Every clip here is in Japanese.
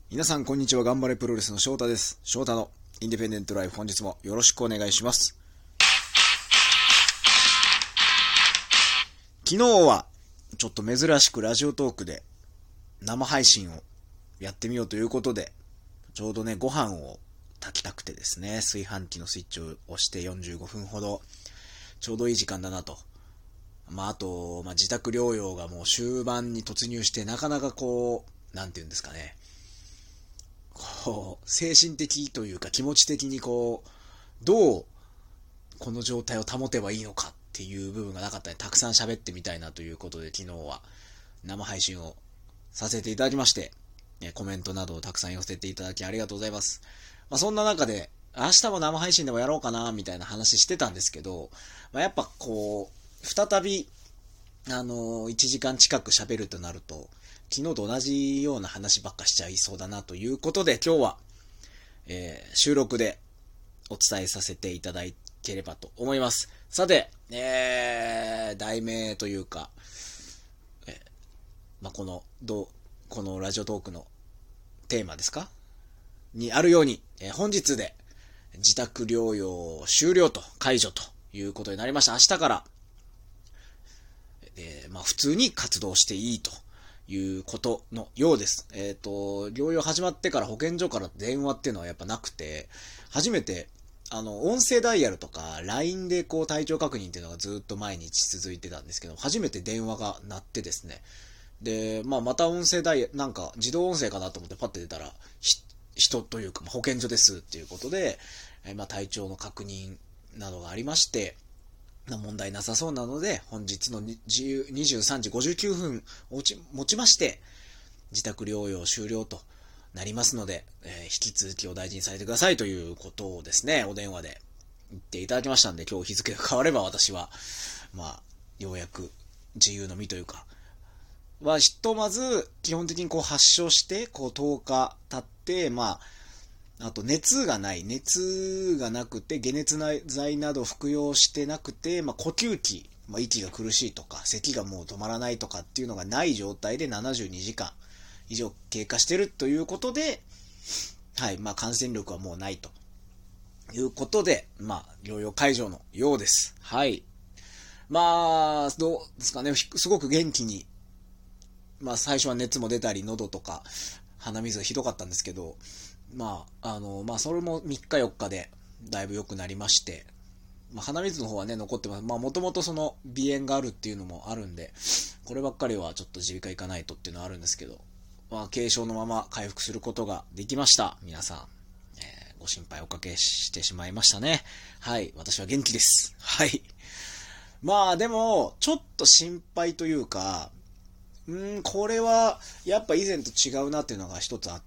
皆さんこんにちは。頑張れプロレスの翔太です。翔太のインディペンデントライフ、本日もよろしくお願いします。昨日はちょっと珍しくラジオトークで生配信をやってみようということで、ちょうどねご飯を炊きたくてですね、炊飯器のスイッチを押して45分ほどちょうどいい時間だなと。あと、自宅療養がもう終盤に突入して、なかなかなんていうんですかね、精神的というか気持ち的にどうこの状態を保てばいいのかっていう部分がなかったので、たくさん喋ってみたいなということで、昨日は生配信をさせていただきまして、コメントなどをたくさん寄せていただきありがとうございます。そんな中で、明日も生配信でもやろうかな、みたいな話してたんですけど、やっぱ再び、1時間近く喋るとなると、昨日と同じような話ばっかしちゃいそうだなということで、今日は、収録でお伝えさせていただければと思います。さて、題名というか、このラジオトークのテーマですかにあるように、本日で自宅療養終了と解除ということになりました。明日から、普通に活動していいということのようです。療養始まってから保健所から電話っていうのはやっぱなくて、初めて音声ダイヤルとか LINE で体調確認っていうのがずっと毎日続いてたんですけど、初めて電話が鳴ってですね。で、また音声ダイヤル、なんか自動音声かなと思ってパッて出たら、人というか、保健所ですっていうことで、体調の確認などがありまして、問題なさそうなので、本日の23時59分をもちまして、自宅療養終了となりますので、引き続きお大事にされてくださいということをですね、お電話で言っていただきましたんで、今日日付が変われば私は、ようやく自由の身というか、ひとまず、基本的に発症して、10日経って、あと熱がなくて、解熱剤など服用してなくて、呼吸器、息が苦しいとか、咳がもう止まらないとかっていうのがない状態で72時間以上経過してるということで、はい、感染力はもうないということで、療養解除のようです。はい。どうですかね、すごく元気に、最初は熱も出たり、喉とか、鼻水がひどかったんですけど、それも3日4日でだいぶ良くなりまして、鼻水の方はね残ってます。もともとその鼻炎があるっていうのもあるんで、こればっかりはちょっと耳鼻科行かないとっていうのはあるんですけど、軽症のまま回復することができました。皆さん、ご心配おかけしてしまいましたね。はい、私は元気です。はい。でもちょっと心配というか、これはやっぱ以前と違うなっていうのが一つあって、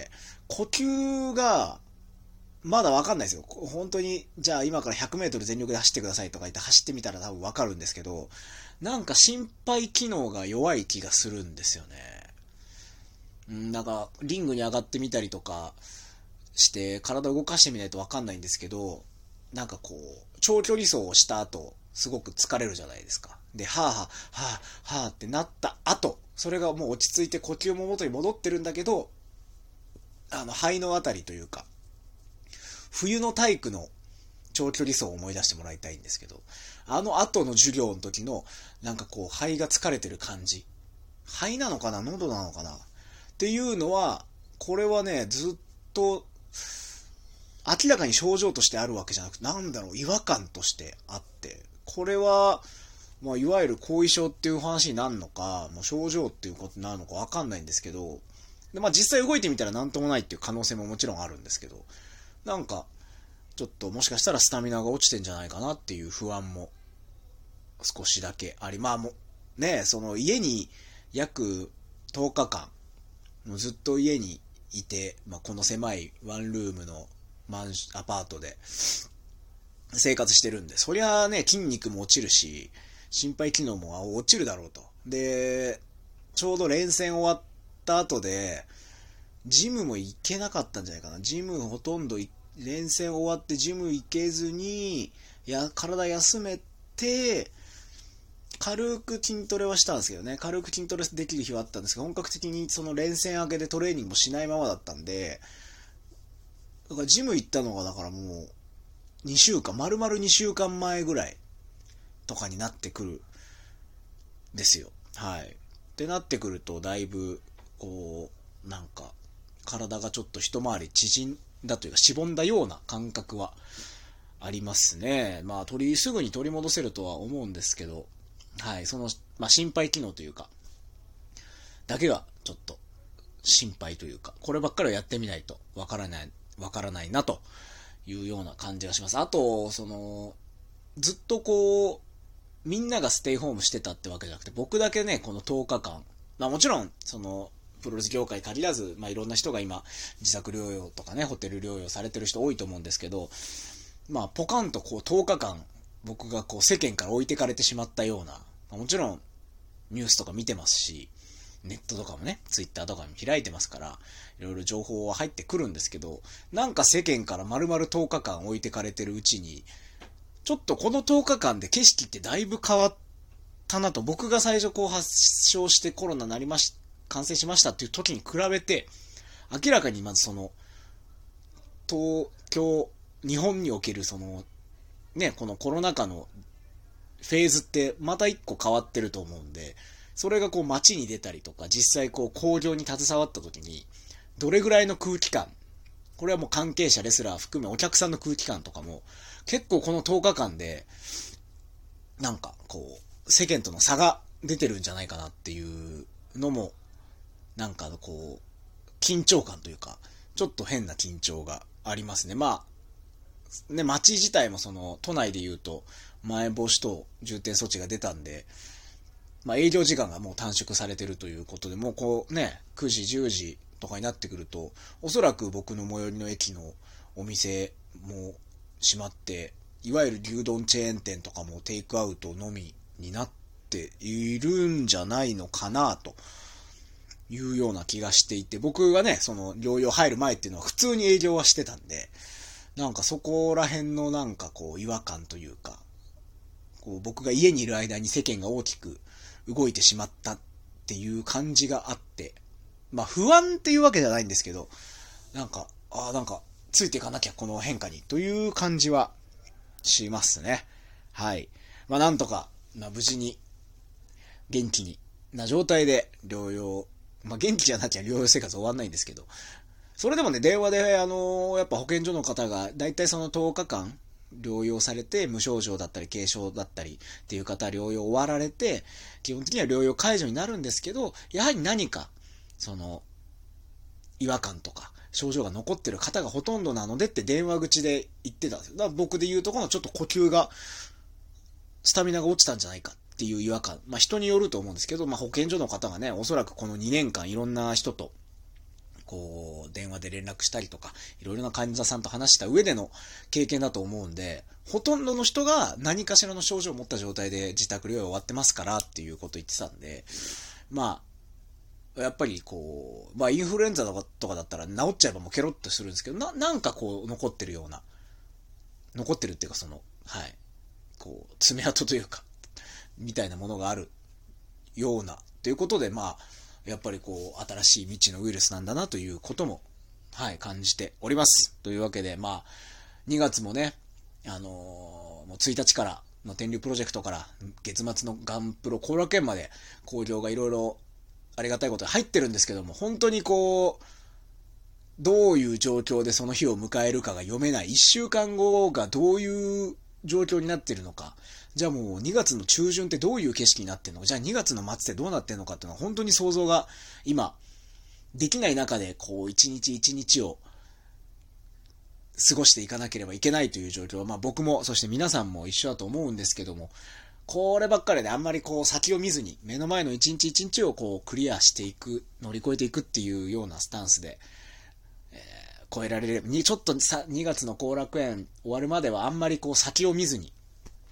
呼吸がまだわかんないですよ。本当に、じゃあ今から100メートル全力で走ってくださいとか言って走ってみたら多分わかるんですけど、なんか心肺機能が弱い気がするんですよね。なんかリングに上がってみたりとかして体を動かしてみないとわかんないんですけど、なんか長距離走をした後、すごく疲れるじゃないですか。で、はぁはぁ、はぁ、はぁってなった後、それがもう落ち着いて呼吸も元に戻ってるんだけど、肺のあたりというか、冬の体育の長距離走を思い出してもらいたいんですけど、後の授業の時の、なんか肺が疲れてる感じ。肺なのかな喉なのかなっていうのは、これはね、ずっと、明らかに症状としてあるわけじゃなくて、違和感としてあって、これは、いわゆる後遺症っていう話になるのか、もう症状っていうことになるのかわかんないんですけど、で、実際動いてみたらなんともないっていう可能性ももちろんあるんですけど、なんか、ちょっともしかしたらスタミナが落ちてんじゃないかなっていう不安も少しだけあり、もう、ね、その家に約10日間、もうずっと家にいて、この狭いワンルームのアパートで生活してるんで、そりゃね、筋肉も落ちるし、心肺機能も落ちるだろうと。で、ちょうど連戦終わった後で、ジムも行けなかったんじゃないかな。ジムほとんど連戦終わってジム行けずに、体休めて、 軽く筋トレはしたんですけどね、軽く筋トレできる日はあったんですが、本格的にその連戦明けでトレーニングもしないままだったんで、だからジム行ったのがだからもう2週間、丸々2週間前ぐらいとかになってくるんですよ。はい。ってなってくると、だいぶ、こう、なんか、体がちょっと一回り縮んだというか、しぼんだような感覚はありますね。まあ、すぐに取り戻せるとは思うんですけど、はい、まあ、心肺機能というか、だけがちょっと心配というか、こればっかりはやってみないとわからないなというような感じがします。あと、ずっとこう、みんながステイホームしてたってわけじゃなくて、僕だけね、この10日間、まあもちろん、プロレス業界限らず、まあいろんな人が今、自宅療養とかね、ホテル療養されてる人多いと思うんですけど、まあポカンとこう10日間、僕がこう世間から置いてかれてしまったような、もちろんニュースとか見てますし、ネットとかもね、ツイッターとかも開いてますから、いろいろ情報は入ってくるんですけど、なんか世間から丸々10日間置いてかれてるうちに、ちょっとこの10日間で景色ってだいぶ変わったなと、僕が最初こう発症してコロナ感染しましたっていう時に比べて、明らかにまず東京、日本におけるこのコロナ禍のフェーズってまた一個変わってると思うんで、それがこう街に出たりとか、実際こう興行に携わった時に、どれぐらいの空気感、これはもう関係者、レスラー含めお客さんの空気感とかも、結構この10日間で、なんかこう、世間との差が出てるんじゃないかなっていうのも、なんかこう、緊張感というか、ちょっと変な緊張がありますね。まあ、ね、街自体も都内で言うと、まん延防止等重点措置が出たんで、まあ営業時間がもう短縮されてるということで、もうこうね、9時、10時とかになってくると、おそらく僕の最寄りの駅のお店も閉まって、いわゆる牛丼チェーン店とかもテイクアウトのみになっているんじゃないのかなというような気がしていて、僕がね、療養入る前っていうのは普通に営業はしてたんで、なんかそこら辺のなんかこう違和感というか、こう僕が家にいる間に世間が大きく動いてしまったっていう感じがあって、まあ不安っていうわけじゃないんですけど、なんかついていかなきゃこの変化にという感じはしますね。はい。まあなんとか、無事に元気にな状態で療養、まあ元気じゃなきゃ療養生活終わんないんですけど、それでもね、電話でやっぱ保健所の方がだいたい10日間療養されて、無症状だったり軽症だったりっていう方は療養終わられて、基本的には療養解除になるんですけど、やはり何か違和感とか症状が残ってる方がほとんどなのでって電話口で言ってたんですよ。だから僕で言うとこのちょっと呼吸が、スタミナが落ちたんじゃないかっていう違和感。まあ人によると思うんですけど、まあ保健所の方がね、おそらくこの2年間いろんな人と、こう、電話で連絡したりとか、いろいろな患者さんと話した上での経験だと思うんで、ほとんどの人が何かしらの症状を持った状態で自宅療養終わってますからっていうことを言ってたんで、まあ、やっぱりこう、まあインフルエンザとかだったら治っちゃえばもうケロッとするんですけど、なんかこう残ってるような、残ってるっていうかはい、こう、爪痕というか、みたいなものがあるような、ということで、まあ、やっぱりこう、新しい未知のウイルスなんだなということも、はい、感じております。というわけで、まあ、2月もね、もう1日からの天竜プロジェクトから、月末のガンプロ後楽園まで、興行がいろいろありがたいことに入ってるんですけども、本当にこう、どういう状況でその日を迎えるかが読めない。1週間後がどういう状況になってるのか。じゃあもう2月の中旬ってどういう景色になってるのか。じゃあ2月の末ってどうなってるのかっていうのは本当に想像が今できない中でこう一日一日を過ごしていかなければいけないという状況は、まあ僕もそして皆さんも一緒だと思うんですけども、こればっかりであんまりこう先を見ずに目の前の一日一日をこうクリアしていく、乗り越えていくっていうようなスタンスで、超えられるちょっと2月の後楽園終わるまではあんまりこう先を見ずに、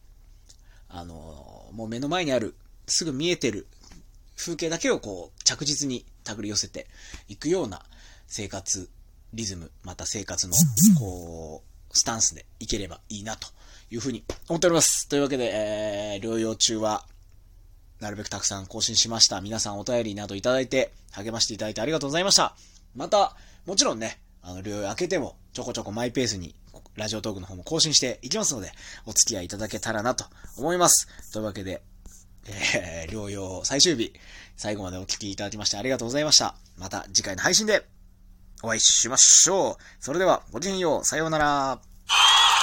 もう目の前にある、すぐ見えてる風景だけをこう着実に手繰り寄せていくような生活リズム、また生活のこうスタンスでいければいいなというふうに思っております。というわけで、療養中はなるべくたくさん更新しました。皆さんお便りなどいただいて、励ましていただいてありがとうございました。また、もちろんね、療養明けても、ちょこちょこマイペースに、ラジオトークの方も更新していきますので、お付き合いいただけたらなと思います。というわけで、療養最終日、最後までお聞きいただきましてありがとうございました。また次回の配信でお会いしましょう。それでは、ごきげんよう。さようなら。